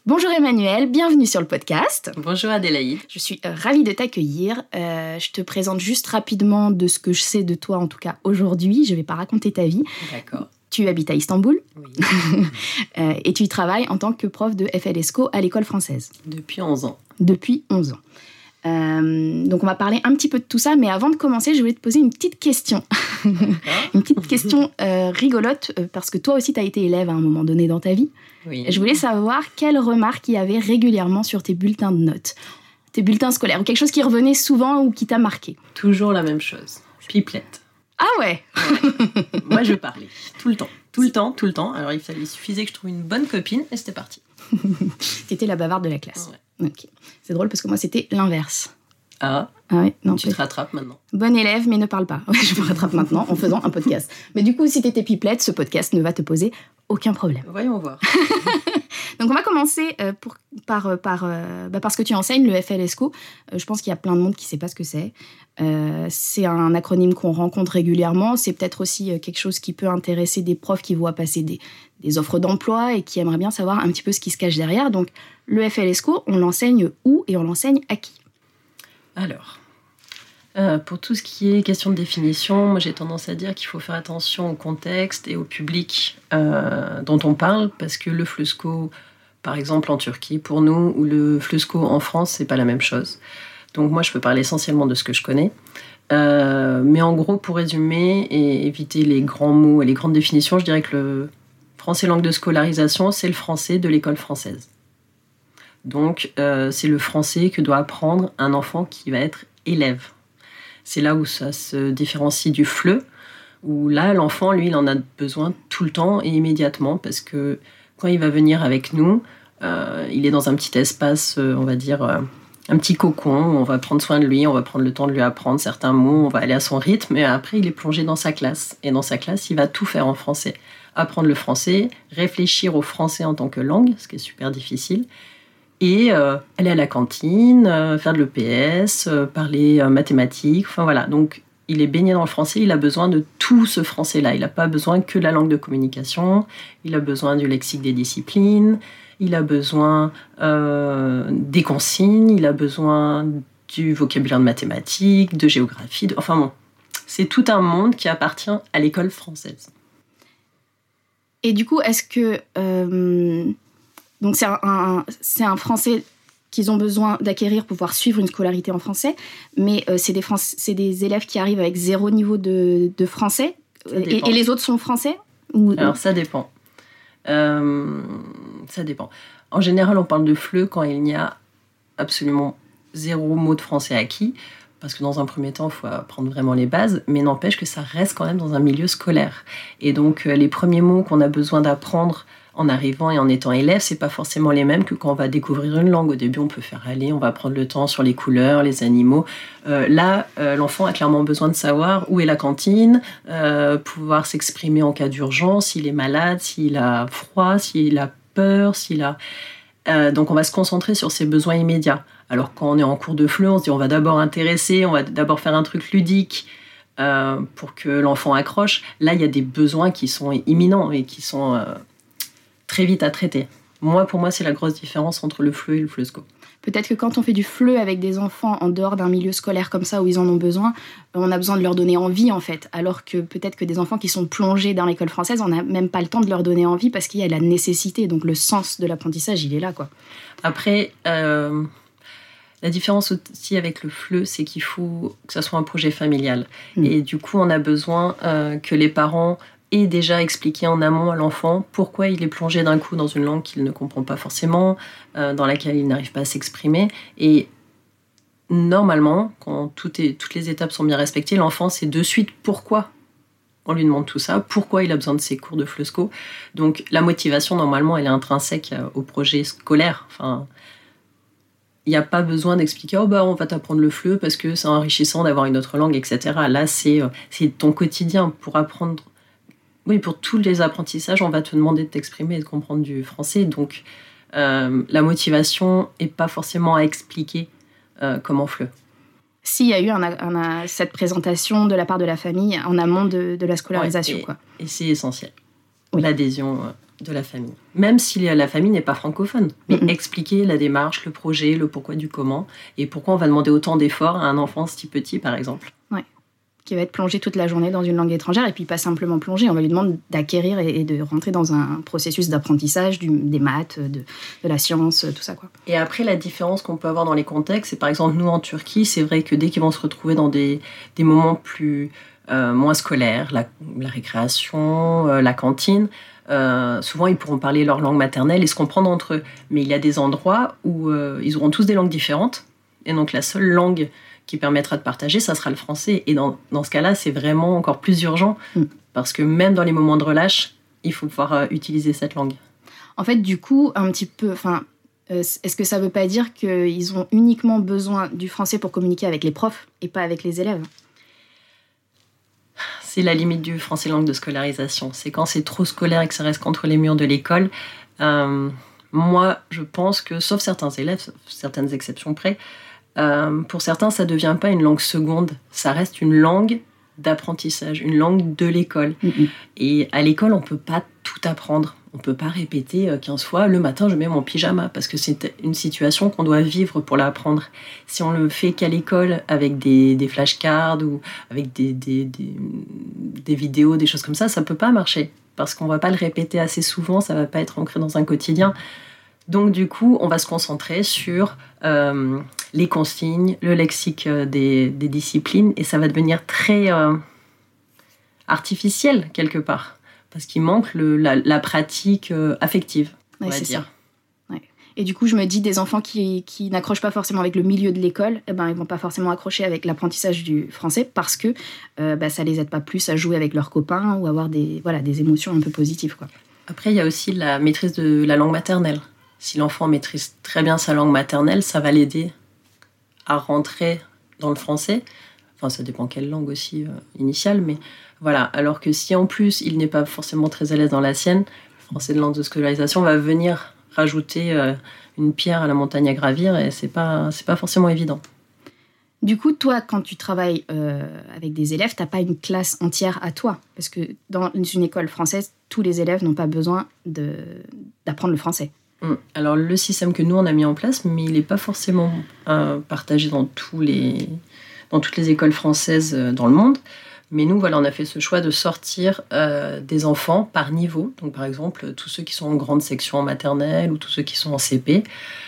Bonjour Emmanuel, bienvenue sur le podcast. Bonjour Adélaïde. Je suis ravie de t'accueillir. Je te présente juste rapidement de ce que je sais de toi, en tout cas aujourd'hui. Je ne vais pas raconter ta vie. D'accord. Tu habites à Istanbul. Oui. Et tu y travailles en tant que prof de FLESCO à l'école française. Depuis 11 ans. Depuis 11 ans. Donc on va parler un petit peu de tout ça, mais avant de commencer, je voulais te poser une petite question. Une petite question rigolote, parce que toi aussi tu as été élève à un moment donné dans ta vie. Oui. Je voulais savoir quelles remarques il y avait régulièrement sur tes bulletins de notes, tes bulletins scolaires, ou quelque chose qui revenait souvent ou qui t'a marqué. Toujours la même chose. Pipelette. Ah ouais. Moi je parlais tout le temps. Alors il suffisait que je trouve une bonne copine et c'était parti. T'étais la bavarde de la classe. Ouais. Ok. C'est drôle parce que moi c'était l'inverse. Ah, ouais, non, tu te rattrapes maintenant. Bon élève, mais ne parle pas. Ouais, je me rattrape maintenant en faisant un podcast. Mais du coup, si t'étais pipelette, ce podcast ne va te poser aucun problème. Voyons voir. Donc on va commencer par ce que tu enseignes, le FLESCO. Je pense qu'il y a plein de monde qui ne sait pas ce que c'est. C'est un acronyme qu'on rencontre régulièrement. C'est peut-être aussi quelque chose qui peut intéresser des profs qui voient passer des offres d'emploi et qui aimeraient bien savoir un petit peu ce qui se cache derrière. Donc le FLESCO, on l'enseigne où et on l'enseigne à qui ? Alors, pour tout ce qui est question de définition, moi j'ai tendance à dire qu'il faut faire attention au contexte et au public dont on parle, parce que le FLESCO, par exemple en Turquie, pour nous, ou le FLESCO en France, c'est pas la même chose. Donc moi je peux parler essentiellement de ce que je connais. Mais en gros, pour résumer et éviter les grands mots et les grandes définitions, je dirais que le français langue de scolarisation, c'est le français de l'école française. Donc, c'est le français que doit apprendre un enfant qui va être élève. C'est là où ça se différencie du FLE, où là, l'enfant, lui, il en a besoin tout le temps et immédiatement, parce que quand il va venir avec nous, il est dans un petit espace, on va dire, un petit cocon, où on va prendre soin de lui, on va prendre le temps de lui apprendre certains mots, on va aller à son rythme, et après, il est plongé dans sa classe. Et dans sa classe, il va tout faire en français. Apprendre le français, réfléchir au français en tant que langue, ce qui est super difficile, et aller à la cantine, faire de l'EPS, parler mathématiques, enfin voilà. Donc, il est baigné dans le français, il a besoin de tout ce français-là. Il n'a pas besoin que de la langue de communication, il a besoin du lexique des disciplines, il a besoin des consignes, il a besoin du vocabulaire de mathématiques, de géographie, enfin bon. C'est tout un monde qui appartient à l'école française. Et du coup, est-ce que... Donc c'est un français qu'ils ont besoin d'acquérir pour pouvoir suivre une scolarité en français, mais c'est des élèves qui arrivent avec 0 niveau de français, et les autres sont français ou... Alors ça dépend. Ça dépend. En général, on parle de FLE quand il n'y a absolument 0 mot de français acquis, parce que dans un premier temps, il faut apprendre vraiment les bases, mais n'empêche que ça reste quand même dans un milieu scolaire. Et donc, les premiers mots qu'on a besoin d'apprendre en arrivant et en étant élève, c'est pas forcément les mêmes que quand on va découvrir une langue. Au début, on peut faire aller, on va prendre le temps sur les couleurs, les animaux. Là, l'enfant a clairement besoin de savoir où est la cantine, pouvoir s'exprimer en cas d'urgence, s'il est malade, s'il a froid, s'il a peur, donc on va se concentrer sur ses besoins immédiats. Alors quand on est en cours de FLE, on se dit on va d'abord intéresser, on va d'abord faire un truc ludique pour que l'enfant accroche. Là, il y a des besoins qui sont imminents et qui sont très vite à traiter. Pour moi, c'est la grosse différence entre le FLE et le FLESCO. Peut-être que quand on fait du FLE avec des enfants en dehors d'un milieu scolaire comme ça, où ils en ont besoin, on a besoin de leur donner envie, en fait. Alors que peut-être que des enfants qui sont plongés dans l'école française, on n'a même pas le temps de leur donner envie parce qu'il y a la nécessité. Donc le sens de l'apprentissage, il est là, quoi. Après, la différence aussi avec le FLE, c'est qu'il faut que ça soit un projet familial. Et du coup, on a besoin que les parents aient déjà expliqué en amont à l'enfant pourquoi il est plongé d'un coup dans une langue qu'il ne comprend pas forcément, dans laquelle il n'arrive pas à s'exprimer. Et normalement, quand toutes les étapes sont bien respectées, l'enfant sait de suite pourquoi on lui demande tout ça, pourquoi il a besoin de ces cours de FLESCO. Donc la motivation, normalement, elle est intrinsèque au projet scolaire. Enfin, il n'y a pas besoin d'expliquer « on va t'apprendre le FLE parce que c'est enrichissant d'avoir une autre langue, etc. » Là, c'est ton quotidien. Pour apprendre... Oui, pour tous les apprentissages, on va te demander de t'exprimer et de comprendre du français. Donc, la motivation n'est pas forcément à expliquer comme en FLE. S'il y a eu cette présentation de la part de la famille en amont de la scolarisation. Ouais, et c'est essentiel. Oui. L'adhésion de la famille. Même si la famille n'est pas francophone. Mais expliquer la démarche, le projet, le pourquoi du comment, et pourquoi on va demander autant d'efforts à un enfant si petit, par exemple. Ouais. Qui va être plongé toute la journée dans une langue étrangère, et puis pas simplement plongé, on va lui demander d'acquérir et de rentrer dans un processus d'apprentissage des maths, de la science, tout ça, quoi. Et après, la différence qu'on peut avoir dans les contextes, c'est par exemple, nous en Turquie, c'est vrai que dès qu'ils vont se retrouver dans des moments plus moins scolaires, la récréation, la cantine, souvent ils pourront parler leur langue maternelle et se comprendre entre eux. Mais il y a des endroits où ils auront tous des langues différentes, et donc la seule langue qui permettra de partager, ça sera le français. Et dans ce cas-là, c'est vraiment encore plus urgent, parce que même dans les moments de relâche, il faut pouvoir utiliser cette langue. En fait, du coup, un petit peu... est-ce que ça veut pas dire qu'ils ont uniquement besoin du français pour communiquer avec les profs et pas avec les élèves ? C'est la limite du français langue de scolarisation. C'est quand c'est trop scolaire et que ça reste contre les murs de l'école. Moi, je pense que, sauf certains élèves, sauf certaines exceptions près, pour certains, ça ne devient pas une langue seconde. Ça reste une langue d'apprentissage, une langue de l'école. Et à l'école, on ne peut pas tout apprendre. On ne peut pas répéter 15 fois « le matin, je mets mon pyjama » parce que c'est une situation qu'on doit vivre pour l'apprendre. Si on le fait qu'à l'école avec des flashcards ou avec des vidéos, des choses comme ça ne peut pas marcher parce qu'on ne va pas le répéter assez souvent, ça ne va pas être ancré dans un quotidien. Donc du coup, on va se concentrer sur les consignes, le lexique des disciplines, et ça va devenir très artificiel quelque part, parce qu'il manque la pratique affective, on va dire. Ouais. Et du coup, je me dis, des enfants qui n'accrochent pas forcément avec le milieu de l'école, ils vont pas forcément accrocher avec l'apprentissage du français, parce que ça les aide pas plus à jouer avec leurs copains ou avoir des émotions un peu positives, quoi. Après, il y a aussi la maîtrise de la langue maternelle. Si l'enfant maîtrise très bien sa langue maternelle, ça va l'aider à rentrer dans le français. Enfin, ça dépend quelle langue aussi initiale, mais voilà. Alors que si en plus il n'est pas forcément très à l'aise dans la sienne, le français de langue de scolarisation va venir rajouter une pierre à la montagne à gravir, et c'est pas forcément évident. Du coup, toi, quand tu travailles avec des élèves, t'as pas une classe entière à toi, parce que dans une école française, tous les élèves n'ont pas besoin d'apprendre le français. Alors, le système que nous, on a mis en place, mais il n'est pas forcément partagé dans toutes les écoles françaises dans le monde. Mais nous, voilà, on a fait ce choix de sortir des enfants par niveau. Donc, par exemple, tous ceux qui sont en grande section en maternelle ou tous ceux qui sont en CP,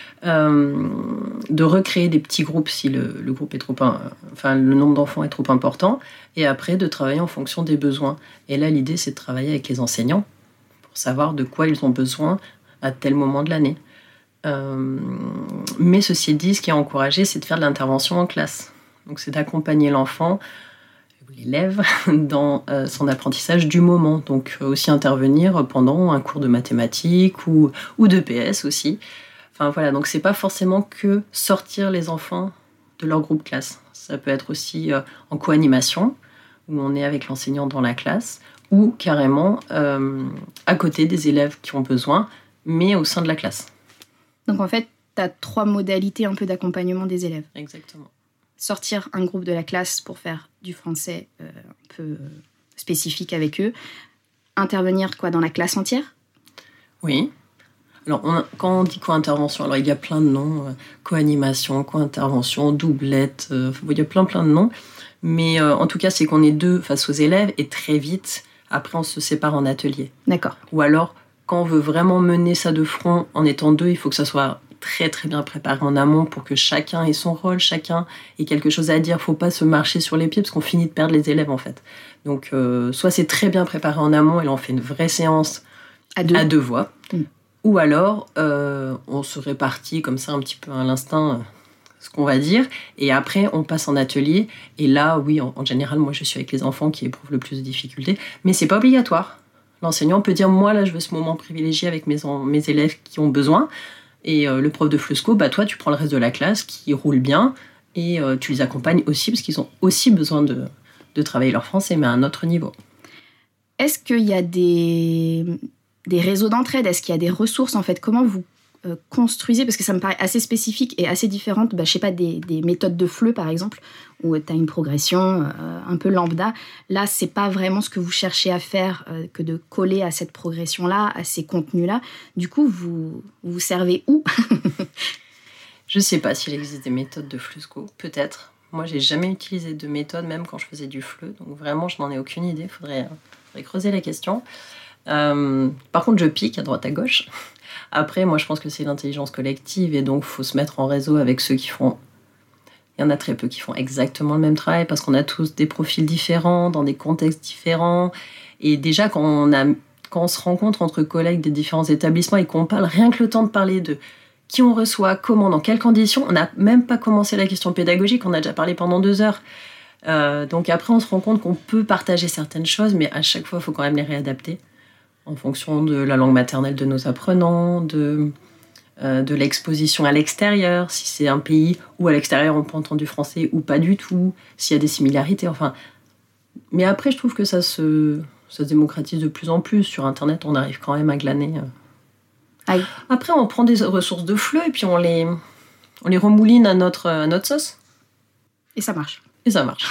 de recréer des petits groupes si le groupe est le nombre d'enfants est trop important, et après de travailler en fonction des besoins. Et là, l'idée, c'est de travailler avec les enseignants pour savoir de quoi ils ont besoin à tel moment de l'année. Mais ceci dit, ce qui est encouragé, c'est de faire de l'intervention en classe. Donc c'est d'accompagner l'enfant, l'élève, dans son apprentissage du moment. Donc aussi intervenir pendant un cours de mathématiques ou de PS aussi. Enfin voilà, donc c'est pas forcément que sortir les enfants de leur groupe classe. Ça peut être aussi en co-animation, où on est avec l'enseignant dans la classe, ou carrément à côté des élèves qui ont besoin, mais au sein de la classe. Donc en fait, tu as 3 modalités un peu d'accompagnement des élèves. Exactement. Sortir un groupe de la classe pour faire du français un peu spécifique avec eux. Intervenir dans la classe entière ? Oui. Alors, quand on dit co-intervention, alors il y a plein de noms. Co-animation, co-intervention, doublette, il y a plein de noms. Mais en tout cas, c'est qu'on est 2 face aux élèves et très vite, après on se sépare en atelier. D'accord. Ou alors, quand on veut vraiment mener ça de front en étant 2, il faut que ça soit très très bien préparé en amont pour que chacun ait son rôle, chacun ait quelque chose à dire. Il ne faut pas se marcher sur les pieds parce qu'on finit de perdre les élèves en fait. Donc soit c'est très bien préparé en amont et là on fait une vraie séance à 2 voix, ou alors on se répartit comme ça un petit peu à l'instinct ce qu'on va dire, et après on passe en atelier, et là oui, en général moi je suis avec les enfants qui éprouvent le plus de difficultés, mais c'est pas obligatoire. L'enseignant peut dire, moi, là, je veux ce moment privilégié avec mes élèves qui ont besoin. Et le prof de FLESCO, toi, tu prends le reste de la classe qui roule bien et tu les accompagnes aussi parce qu'ils ont aussi besoin de travailler leur français, mais à un autre niveau. Est-ce qu'il y a des réseaux d'entraide ? Est-ce qu'il y a des ressources, en fait ? Comment vous construisez, parce que ça me paraît assez spécifique et assez différente, je sais pas, des méthodes de FLE par exemple, où tu as une progression un peu lambda. Là, c'est pas vraiment ce que vous cherchez à faire que de coller à cette progression-là, à ces contenus-là. Du coup, vous vous servez où? Je sais pas s'il existe des méthodes de FLESCO, peut-être. Moi, j'ai jamais utilisé de méthode, même quand je faisais du FLE, donc vraiment, je n'en ai aucune idée. Faudrait creuser la question. Par contre, je pique à droite à gauche. Après, moi, je pense que c'est l'intelligence collective et donc, il faut se mettre en réseau avec ceux qui font... Il y en a très peu qui font exactement le même travail parce qu'on a tous des profils différents, dans des contextes différents. Et déjà, quand on se rencontre entre collègues des différents établissements et qu'on parle, rien que le temps de parler de qui on reçoit, comment, dans quelles conditions, on n'a même pas commencé la question pédagogique, on a déjà parlé pendant 2 heures. Donc après, on se rend compte qu'on peut partager certaines choses, mais à chaque fois, il faut quand même les réadapter en fonction de la langue maternelle de nos apprenants, de l'exposition à l'extérieur, si c'est un pays où à l'extérieur on peut entendre du français ou pas du tout, s'il y a des similarités, enfin. Mais après, je trouve que ça se démocratise de plus en plus. Sur Internet, on arrive quand même à glaner. Aïe. Après, on prend des ressources de FLE et puis on les remouline à notre sauce. Et ça marche. Et ça marche.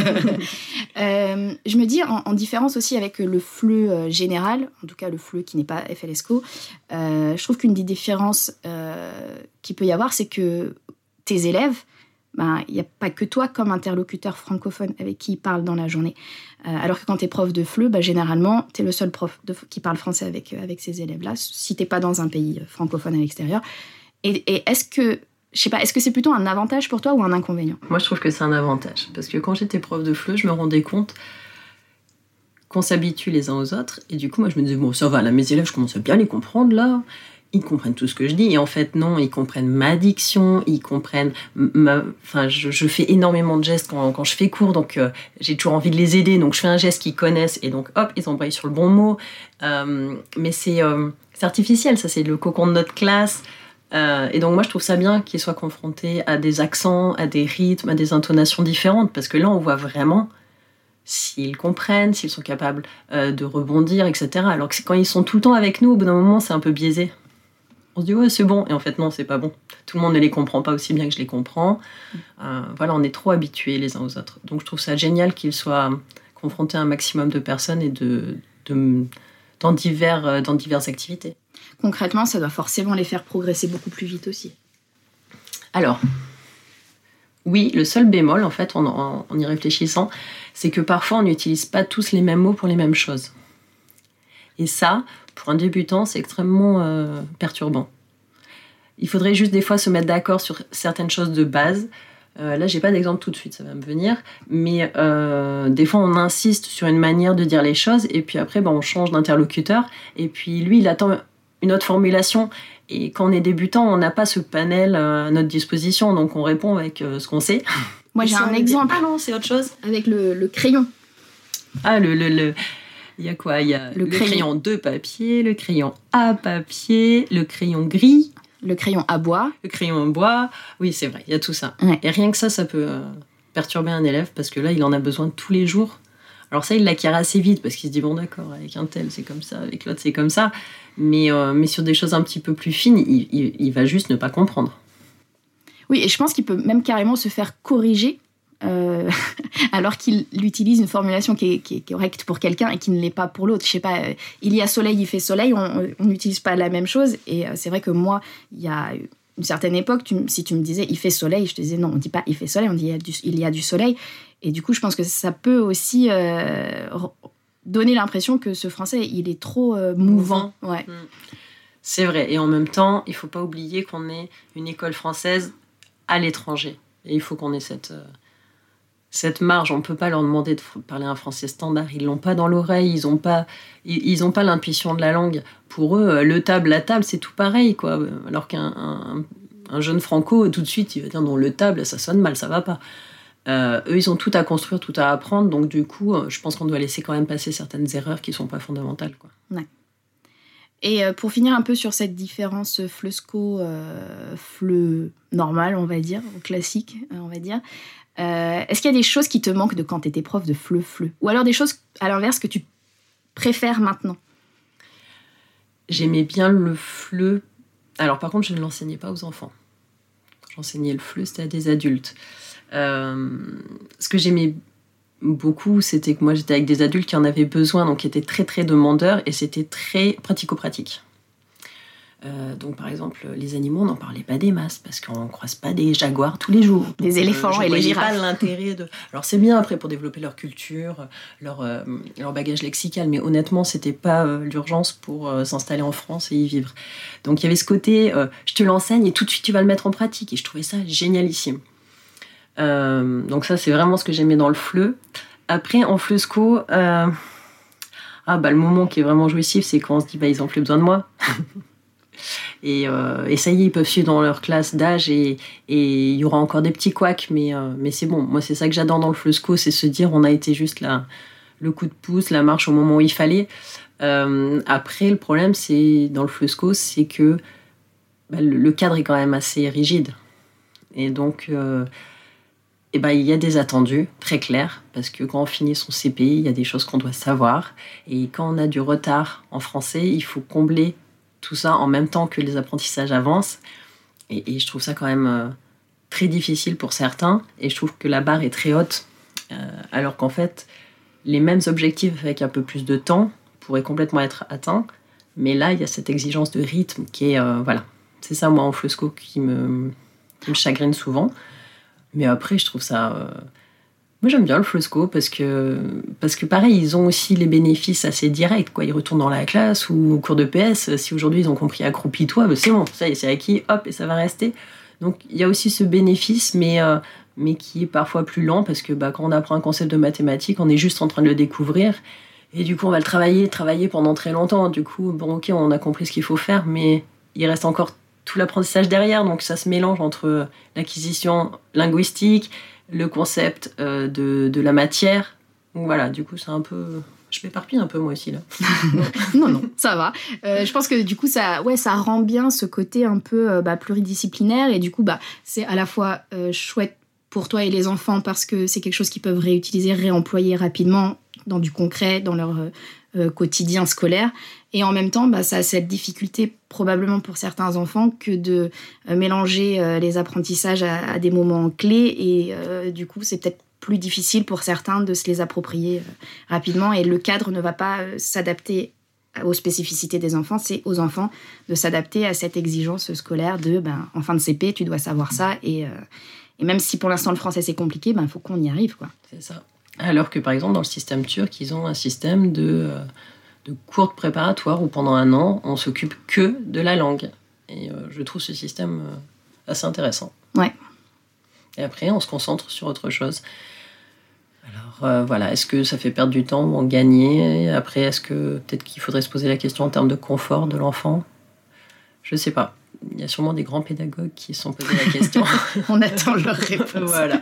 Je me dis, en différence aussi avec le FLE général, en tout cas le FLE qui n'est pas FLSCO, je trouve qu'une des différences qu'il peut y avoir, c'est que tes élèves, il n'y a pas que toi comme interlocuteur francophone avec qui ils parlent dans la journée. Alors que quand tu es prof de FLE, généralement, tu es le seul prof qui parle français avec ces élèves-là, si tu n'es pas dans un pays francophone à l'extérieur. Et est-ce que c'est plutôt un avantage pour toi ou un inconvénient? Moi, je trouve que c'est un avantage. Parce que quand j'étais prof de FLE, je me rendais compte qu'on s'habitue les uns aux autres. Et du coup, moi, je me disais, bon, ça va, là, mes élèves, je commence à bien les comprendre, là. Ils comprennent tout ce que je dis. Et en fait, non, ils comprennent ma diction, ils comprennent Enfin, je fais énormément de gestes quand je fais cours, donc j'ai toujours envie de les aider. Donc, je fais un geste qu'ils connaissent et donc, hop, ils embrayent sur le bon mot. Mais c'est artificiel, ça, c'est le cocon de notre classe. Et donc moi je trouve ça bien qu'ils soient confrontés à des accents, à des rythmes, à des intonations différentes, parce que là on voit vraiment s'ils comprennent, s'ils sont capables de rebondir, etc. Alors que quand ils sont tout le temps avec nous, au bout d'un moment c'est un peu biaisé. On se dit ouais c'est bon, et en fait non, c'est pas bon. Tout le monde ne les comprend pas aussi bien que je les comprends. Voilà, on est trop habitués les uns aux autres. Donc je trouve ça génial qu'ils soient confrontés à un maximum de personnes et dans diverses activités. Concrètement, ça doit forcément les faire progresser beaucoup plus vite aussi. Alors, oui, le seul bémol, en fait, en y réfléchissant, c'est que parfois, on n'utilise pas tous les mêmes mots pour les mêmes choses. Et ça, pour un débutant, c'est extrêmement perturbant. Il faudrait juste des fois se mettre d'accord sur certaines choses de base. Là, j'ai pas d'exemple tout de suite, ça va me venir. Mais des fois, on insiste sur une manière de dire les choses, et puis après, on change d'interlocuteur. Et puis lui, il attend une autre formulation. Et quand on est débutant, on n'a pas ce panel à notre disposition, donc on répond avec ce qu'on sait. Moi, j'ai un exemple. Ah non, c'est autre chose. Avec le crayon. Ah, il y a quoi? Il y a le crayon de papier, le crayon à papier, le crayon gris. Le crayon à bois. Le crayon en bois. Oui, c'est vrai, il y a tout ça. Ouais. Et rien que ça peut perturber un élève, parce que là, il en a besoin tous les jours. Alors ça, il l'acquiert assez vite, parce qu'il se dit, bon d'accord, avec un tel, c'est comme ça, avec l'autre, c'est comme ça. Mais sur des choses un petit peu plus fines, il va juste ne pas comprendre. Oui, et je pense qu'il peut même carrément se faire corriger alors qu'il utilise une formulation qui est correcte pour quelqu'un et qui ne l'est pas pour l'autre. Je sais pas, il y a soleil, il fait soleil, on n'utilise pas la même chose. Et c'est vrai que moi, il y a une certaine époque, si tu me disais il fait soleil, je te disais non, on dit pas il fait soleil, on dit il y a du soleil. Et du coup, je pense que ça peut aussi donner l'impression que ce français, il est trop mouvant. Ouais. C'est vrai. Et en même temps, il faut pas oublier qu'on est une école française à l'étranger. Et il faut qu'on ait cette marge. On peut pas leur demander de parler un français standard. Ils l'ont pas dans l'oreille. Ils ont pas l'intuition de la langue. Pour eux, la table, c'est tout pareil, quoi. Alors qu'un jeune franco, tout de suite, il va dire non, le table, ça sonne mal, ça va pas. Eux, ils ont tout à construire, tout à apprendre. Donc, du coup, je pense qu'on doit laisser quand même passer certaines erreurs qui sont pas fondamentales, quoi. Ouais. Et pour finir un peu sur cette différence FLESCO, FLE normal, on va dire, classique, on va dire, est-ce qu'il y a des choses qui te manquent de quand tu étais prof de FLE? Ou alors des choses, à l'inverse, que tu préfères maintenant? J'aimais bien le FLE Alors par contre, je ne l'enseignais pas aux enfants. J'enseignais le FLE, c'était à des adultes. Ce que j'aimais beaucoup, c'était que moi j'étais avec des adultes qui en avaient besoin, donc qui étaient très très demandeurs, et c'était très pratico-pratique. Donc par exemple, les animaux, on n'en parlait pas des masses, parce qu'on ne croise pas des jaguars tous les jours. Des éléphants et les girafes. Je ne voyais pas l'intérêt de... Alors c'est bien après pour développer leur culture, leur bagage lexical, mais honnêtement, c'était pas l'urgence pour s'installer en France et y vivre. Donc il y avait ce côté, je te l'enseigne et tout de suite tu vas le mettre en pratique, et je trouvais ça génialissime. Donc ça, c'est vraiment ce que j'aimais dans le FLE. Après, en FLESCO, le moment qui est vraiment jouissif, c'est quand on se dit, ils n'ont plus besoin de moi. Et ça y est, ils peuvent suivre dans leur classe d'âge, et il y aura encore des petits couacs, mais c'est bon. Moi, c'est ça que j'adore dans le FLESCO, c'est se dire, on a été juste là, le coup de pouce, la marche au moment où il fallait. Après, le problème, c'est dans le FLESCO, c'est que le cadre est quand même assez rigide. Et donc... il y a des attendus très clairs, parce que quand on finit son CP, il y a des choses qu'on doit savoir. Et quand on a du retard en français, il faut combler tout ça en même temps que les apprentissages avancent. Et je trouve ça quand même très difficile pour certains. Et je trouve que la barre est très haute, alors qu'en fait, les mêmes objectifs avec un peu plus de temps pourraient complètement être atteints. Mais là, il y a cette exigence de rythme qui est... C'est ça, moi, en FLESCO, qui me chagrine souvent. Mais après, je trouve ça... Moi, j'aime bien le FLESCO parce que pareil, ils ont aussi les bénéfices assez directs, quoi. Ils retournent dans la classe ou au cours de PS. Si aujourd'hui, ils ont compris accroupis-toi, c'est bon, ça y est, c'est acquis, hop, et ça va rester. Donc, il y a aussi ce bénéfice, mais qui est parfois plus lent, parce que quand on apprend un concept de mathématiques, on est juste en train de le découvrir. Et du coup, on va le travailler pendant très longtemps. Du coup, on a compris ce qu'il faut faire, mais il reste encore tout l'apprentissage derrière, donc ça se mélange entre l'acquisition linguistique, le concept de la matière. Donc voilà, du coup, c'est un peu... Je m'éparpille un peu, moi aussi, là. Non, ça va. Je pense que du coup, ça rend bien ce côté un peu pluridisciplinaire, et du coup, c'est à la fois chouette pour toi et les enfants, parce que c'est quelque chose qu'ils peuvent réutiliser, réemployer rapidement dans du concret, dans leur quotidien scolaire. Et en même temps, ça a cette difficulté probablement pour certains enfants que de mélanger les apprentissages à des moments clés. Et du coup, c'est peut-être plus difficile pour certains de se les approprier rapidement. Et le cadre ne va pas s'adapter aux spécificités des enfants. C'est aux enfants de s'adapter à cette exigence scolaire de en fin de CP, tu dois savoir ça. Et même si pour l'instant le français c'est compliqué, il faut qu'on y arrive, quoi. C'est ça. Alors que par exemple, dans le système turc, ils ont un système de cours préparatoires où pendant 1 an, on s'occupe que de la langue. Et je trouve ce système assez intéressant. Ouais. Et après, on se concentre sur autre chose. Alors est-ce que ça fait perdre du temps ou en gagner ? Après, est-ce que peut-être qu'il faudrait se poser la question en termes de confort de l'enfant ? Je sais pas. Il y a sûrement des grands pédagogues qui se sont posés la question. On attend leur réponse. Voilà.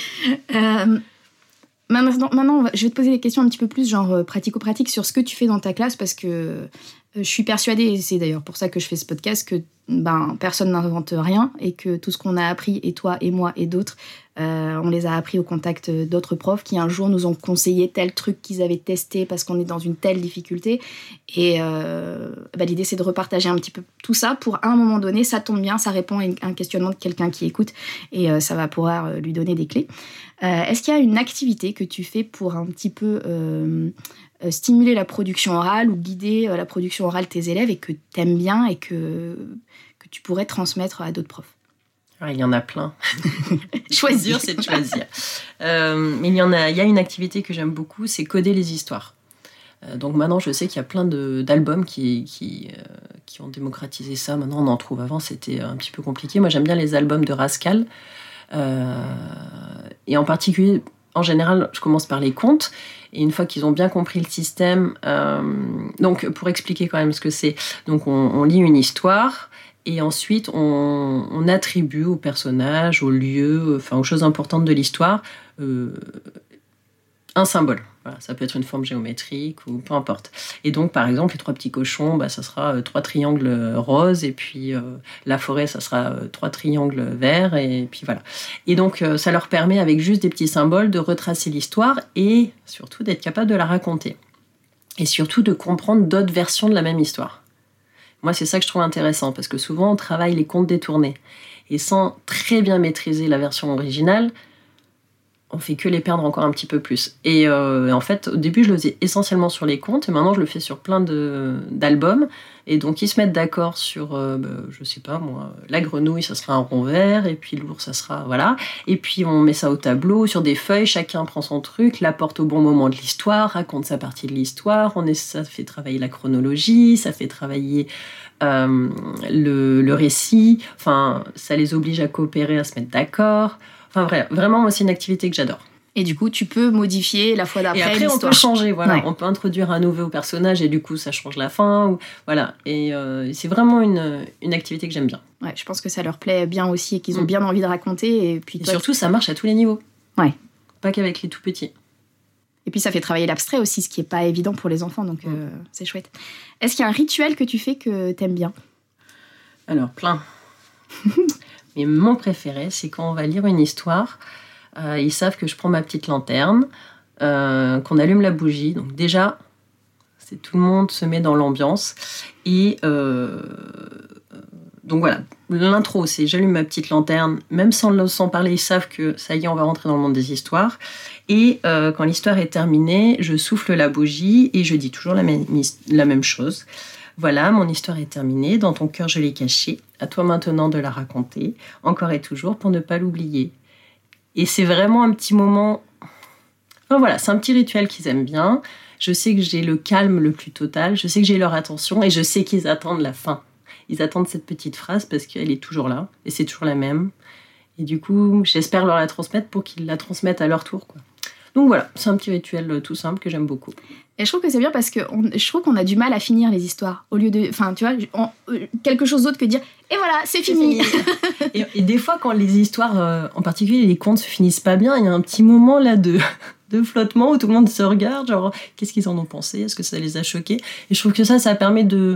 Maintenant, je vais te poser des questions un petit peu plus genre pratico-pratique sur ce que tu fais dans ta classe, parce que je suis persuadée, et c'est d'ailleurs pour ça que je fais ce podcast, que personne n'invente rien, et que tout ce qu'on a appris, et toi et moi et d'autres, on les a appris au contact d'autres profs qui un jour nous ont conseillé tel truc qu'ils avaient testé parce qu'on est dans une telle difficulté. Et l'idée, c'est de repartager un petit peu tout ça pour, à un moment donné, ça tombe bien, ça répond à un questionnement de quelqu'un qui écoute, et ça va pouvoir lui donner des clés. Est-ce qu'il y a une activité que tu fais pour un petit peu stimuler la production orale ou guider la production orale de tes élèves, et que t'aimes bien et que tu pourrais transmettre à d'autres profs? Il y en a plein. Choisir, c'est de choisir. Mais il y a une activité que j'aime beaucoup, c'est coder les histoires. Donc maintenant, je sais qu'il y a plein d'albums qui ont démocratisé ça. Maintenant, on en trouve. Avant, c'était un petit peu compliqué. Moi, j'aime bien les albums de Rascal. Et en particulier, en général, je commence par les contes. Et une fois qu'ils ont bien compris le système... donc, pour expliquer quand même ce que c'est. Donc, on lit une histoire... Et ensuite, on attribue aux personnages, aux lieux, aux choses importantes de l'histoire, un symbole. Voilà, ça peut être une forme géométrique ou peu importe. Et donc, par exemple, les 3 petits cochons, ça sera 3 triangles roses, et puis la forêt, ça sera 3 triangles verts, et puis voilà. Et donc, ça leur permet, avec juste des petits symboles, de retracer l'histoire et surtout d'être capable de la raconter. Et surtout de comprendre d'autres versions de la même histoire. Moi, c'est ça que je trouve intéressant, parce que souvent, on travaille les contes détournés. Et sans très bien maîtriser la version originale, on fait que les perdre encore un petit peu plus. Et en fait, au début, je le faisais essentiellement sur les contes, et maintenant, je le fais sur plein d'albums. Et donc, ils se mettent d'accord sur, je sais pas moi, la grenouille, ça sera un rond vert, et puis l'ours, ça sera, voilà. Et puis, on met ça au tableau, sur des feuilles, chacun prend son truc, l'apporte au bon moment de l'histoire, raconte sa partie de l'histoire, ça fait travailler la chronologie, ça fait travailler le récit, enfin, ça les oblige à coopérer, à se mettre d'accord. Enfin, vraiment, moi, c'est une activité que j'adore. Et du coup, tu peux modifier la fois d'après l'histoire. Et après, on peut changer, voilà. Ouais. On peut introduire un nouveau personnage et du coup, ça change la fin. Voilà. Et c'est vraiment une activité que j'aime bien. Ouais, je pense que ça leur plaît bien aussi et qu'ils ont bien envie de raconter. Et puis surtout, ça marche à tous les niveaux. Ouais. Pas qu'avec les tout petits. Et puis, ça fait travailler l'abstrait aussi, ce qui n'est pas évident pour les enfants. Donc, c'est chouette. Est-ce qu'il y a un rituel que tu fais que t'aimes bien ? Alors, plein. Mais mon préféré, c'est quand on va lire une histoire... ils savent que je prends ma petite lanterne, qu'on allume la bougie. Donc déjà, tout le monde se met dans l'ambiance. Et donc voilà, l'intro, c'est j'allume ma petite lanterne. Même sans parler, ils savent que ça y est, on va rentrer dans le monde des histoires. Et quand l'histoire est terminée, je souffle la bougie et je dis toujours la même chose. Voilà, mon histoire est terminée. Dans ton cœur, je l'ai cachée. À toi maintenant de la raconter, encore et toujours, pour ne pas l'oublier. Et c'est vraiment un petit moment... Enfin, voilà, c'est un petit rituel qu'ils aiment bien. Je sais que j'ai le calme le plus total. Je sais que j'ai leur attention et je sais qu'ils attendent la fin. Ils attendent cette petite phrase parce qu'elle est toujours là et c'est toujours la même. Et du coup, j'espère leur la transmettre pour qu'ils la transmettent à leur tour, quoi. Donc voilà, c'est un petit rituel tout simple que j'aime beaucoup. Et je trouve que c'est bien parce que je trouve qu'on a du mal à finir les histoires. Au lieu de... Enfin, tu vois, quelque chose d'autre que dire « Et voilà, c'est fini !» et des fois, quand les histoires, en particulier les contes, se finissent pas bien, il y a un petit moment là de flottement où tout le monde se regarde, genre « Qu'est-ce qu'ils en ont pensé ? Est-ce que ça les a choqués ?» Et je trouve que ça permet de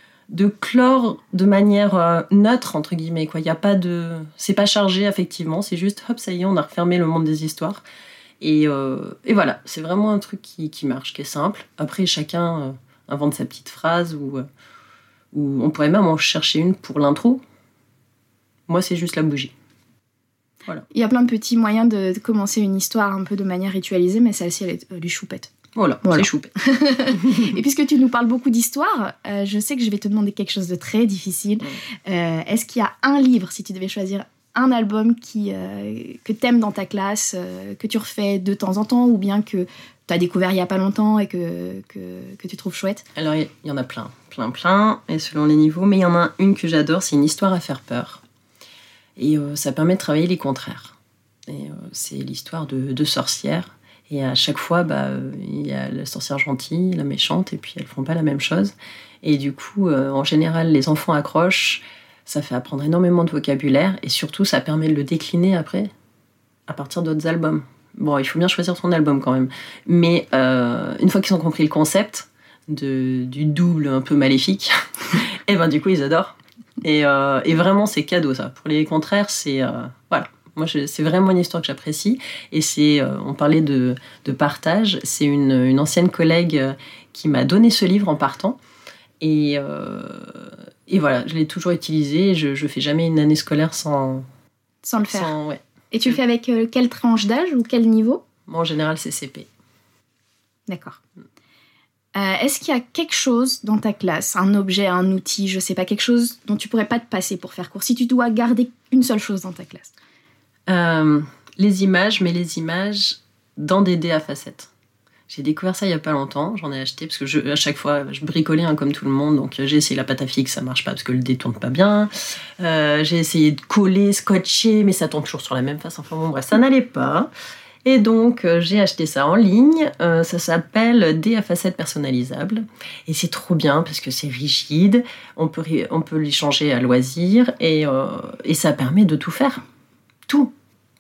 clore de manière neutre, entre guillemets, quoi. Il y a pas de... C'est pas chargé, effectivement, c'est juste « Hop, ça y est, on a refermé le monde des histoires ». Et voilà, c'est vraiment un truc qui marche, qui est simple. Après, chacun invente sa petite phrase ou on pourrait même en chercher une pour l'intro. Moi, c'est juste la bougie. Voilà. Il y a plein de petits moyens de commencer une histoire un peu de manière ritualisée, mais celle-ci, elle est choupette. Voilà. C'est choupette. Et puisque tu nous parles beaucoup d'histoire, je sais que je vais te demander quelque chose de très difficile. Est-ce qu'il y a un livre, si tu devais choisir un album que t'aimes dans ta classe, que tu refais de temps en temps, ou bien que t'as découvert il y a pas longtemps et que tu trouves chouette? Alors, il y en a plein, et selon les niveaux, mais il y en a une que j'adore, c'est Une histoire à faire peur. Et ça permet de travailler les contraires. Et c'est l'histoire de sorcières. Et à chaque fois, il y a la sorcière gentille, la méchante, et puis elles font pas la même chose. Et du coup, en général, les enfants accrochent. Ça fait apprendre énormément de vocabulaire et surtout, ça permet de le décliner après à partir d'autres albums. Bon, il faut bien choisir son album quand même. Mais une fois qu'ils ont compris le concept du double un peu maléfique, et du coup, ils adorent. Et vraiment, c'est cadeau, ça. Pour les contraires, c'est... voilà. Moi, c'est vraiment une histoire que j'apprécie. Et on parlait de partage. C'est une ancienne collègue qui m'a donné ce livre en partant. Et voilà, je l'ai toujours utilisé. Je fais jamais une année scolaire sans le faire. Ouais. Et tu le fais avec quelle tranche d'âge ou quel niveau? Moi, en général, c'est CP. D'accord. Est-ce qu'il y a quelque chose dans ta classe, un objet, un outil, je sais pas, quelque chose dont tu pourrais pas te passer pour faire cours, si tu dois garder une seule chose dans ta classe? Les images, mais les images dans des dés à facettes. J'ai découvert ça il y a pas longtemps, j'en ai acheté parce que à chaque fois je bricolais comme tout le monde, donc j'ai essayé la pâte à fixe, ça marche pas parce que le dé tourne pas bien. J'ai essayé de coller, scotcher, mais ça tombe toujours sur la même face. Enfin bon, bref, ça n'allait pas. Et donc j'ai acheté ça en ligne. Ça s'appelle Dés à facettes personnalisables et c'est trop bien parce que c'est rigide. On peut les changer à loisir et ça permet de tout faire, tout.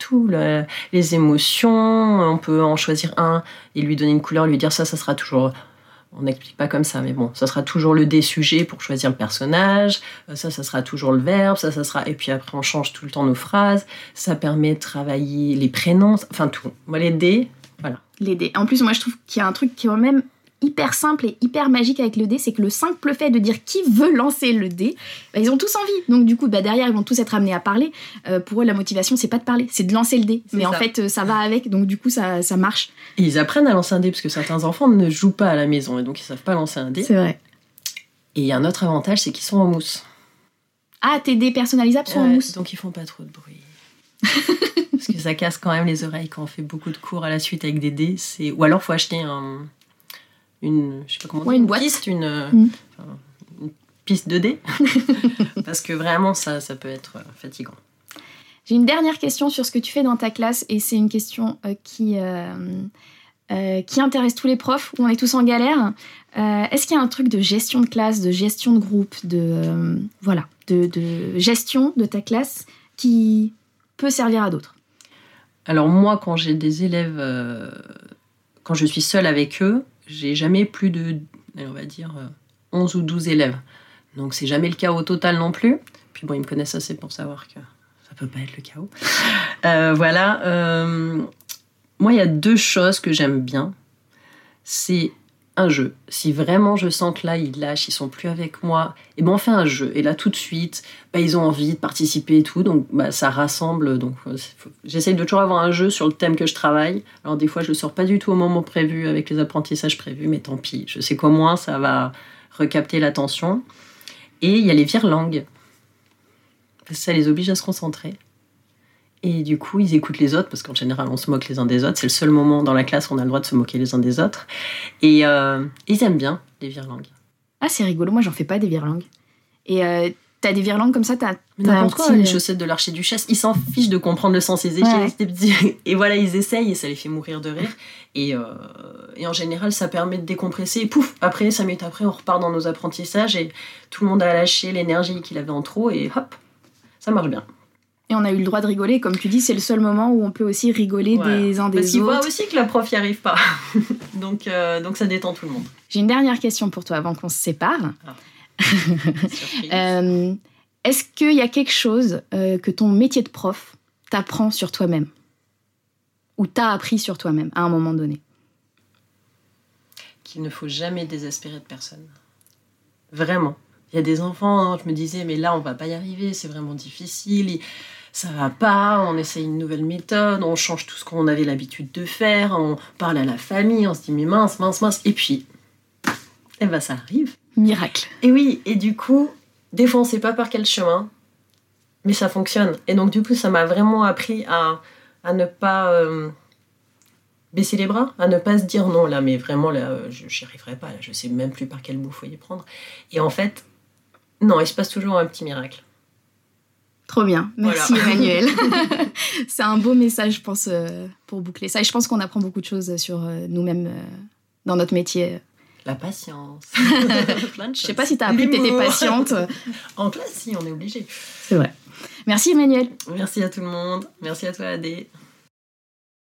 Les émotions, on peut en choisir un et lui donner une couleur, lui dire ça sera toujours, on n'explique pas comme ça, mais bon, ça sera toujours le sujet pour choisir le personnage, ça sera toujours le verbe, ça sera, et puis après on change tout le temps nos phrases, ça permet de travailler les prénoms, enfin tout. Moi les dés, voilà. Les dés. En plus, moi je trouve qu'il y a un truc qui est même hyper simple et hyper magique avec le dé, c'est que le simple fait de dire qui veut lancer le dé, ils ont tous envie. Donc du coup, derrière, ils vont tous être amenés à parler. Pour eux, la motivation, c'est pas de parler, c'est de lancer le dé. Mais en fait, ça va avec, donc du coup, ça marche. Et ils apprennent à lancer un dé, parce que certains enfants ne jouent pas à la maison, et donc ils savent pas lancer un dé. C'est vrai. Et il y a un autre avantage, c'est qu'ils sont en mousse. Ah, tes dés personnalisables sont en mousse. Donc ils font pas trop de bruit. Parce que ça casse quand même les oreilles quand on fait beaucoup de cours à la suite avec des dés. Ou alors faut acheter une boîte. Piste, une piste de dés. Parce que vraiment ça peut être fatigant. J'ai une dernière question sur ce que tu fais dans ta classe, et c'est une question qui intéresse tous les profs, où on est tous en galère. Est-ce qu'il y a un truc de gestion de classe, de gestion de groupe, de gestion de ta classe qui peut servir à d'autres? Alors moi, quand j'ai des élèves, quand je suis seule avec eux, j'ai jamais plus de, on va dire, 11 ou 12 élèves. Donc c'est jamais le chaos total non plus. Puis bon, ils me connaissent assez pour savoir que ça peut pas être le chaos. Voilà. Moi, il y a 2 choses que j'aime bien. C'est un jeu. Si vraiment je sens que là, ils lâchent, ils sont plus avec moi, et on fait un jeu. Et là, tout de suite, ils ont envie de participer et tout, donc ça rassemble. Donc, j'essaye de toujours avoir un jeu sur le thème que je travaille. Alors, des fois, je le sors pas du tout au moment prévu, avec les apprentissages prévus, mais tant pis. Je sais qu'au moins, ça va recapter l'attention. Et il y a les virelangues. Ça les oblige à se concentrer. Et du coup, ils écoutent les autres, parce qu'en général, on se moque les uns des autres. C'est le seul moment dans la classe où on a le droit de se moquer les uns des autres. Et ils aiment bien les virelangues. Ah, c'est rigolo. Moi, j'en fais pas des virelangues. Et t'as des virelangues comme ça, t'as n'importe quoi, les chaussettes de l'archiduchesse. Ils s'en fichent de comprendre le sens des échelles. Et voilà, ils essayent et ça les fait mourir de rire. Et en général, ça permet de décompresser. Et pouf, après, 5 minutes après, on repart dans nos apprentissages et tout le monde a lâché l'énergie qu'il avait en trop et hop, ça marche bien. Et on a eu le droit de rigoler, comme tu dis, c'est le seul moment où on peut aussi rigoler des uns des autres. Parce qu'ils voient aussi que la prof n'y arrive pas. donc ça détend tout le monde. J'ai une dernière question pour toi avant qu'on se sépare. Est-ce qu'il y a quelque chose que ton métier de prof t'apprend sur toi-même? Ou t'as appris sur toi-même à un moment donné? Qu'il ne faut jamais désespérer de personne. Vraiment. Il y a des enfants, je me disais, mais là, on va pas y arriver, c'est vraiment difficile, ça va pas, on essaye une nouvelle méthode, on change tout ce qu'on avait l'habitude de faire, on parle à la famille, on se dit, mais mince, et puis, ça arrive. Miracle. Et oui, et du coup, des fois, on sait pas par quel chemin, mais ça fonctionne. Et donc, du coup, ça m'a vraiment appris à ne pas baisser les bras, à ne pas se dire, non, là, mais vraiment, là, j'y arriverai pas, là, je sais même plus par quel bout faut y prendre. Et en fait, non, il se passe toujours un petit miracle. Trop bien, merci voilà. Emmanuelle. C'est un beau message, je pense, pour boucler ça. Et je pense qu'on apprend beaucoup de choses sur nous-mêmes dans notre métier. La patience. Plein de choses. Je sais pas si tu as appris que tu étais patiente. En classe, si, on est obligé. C'est vrai. Merci Emmanuelle. Merci à tout le monde. Merci à toi, Adé.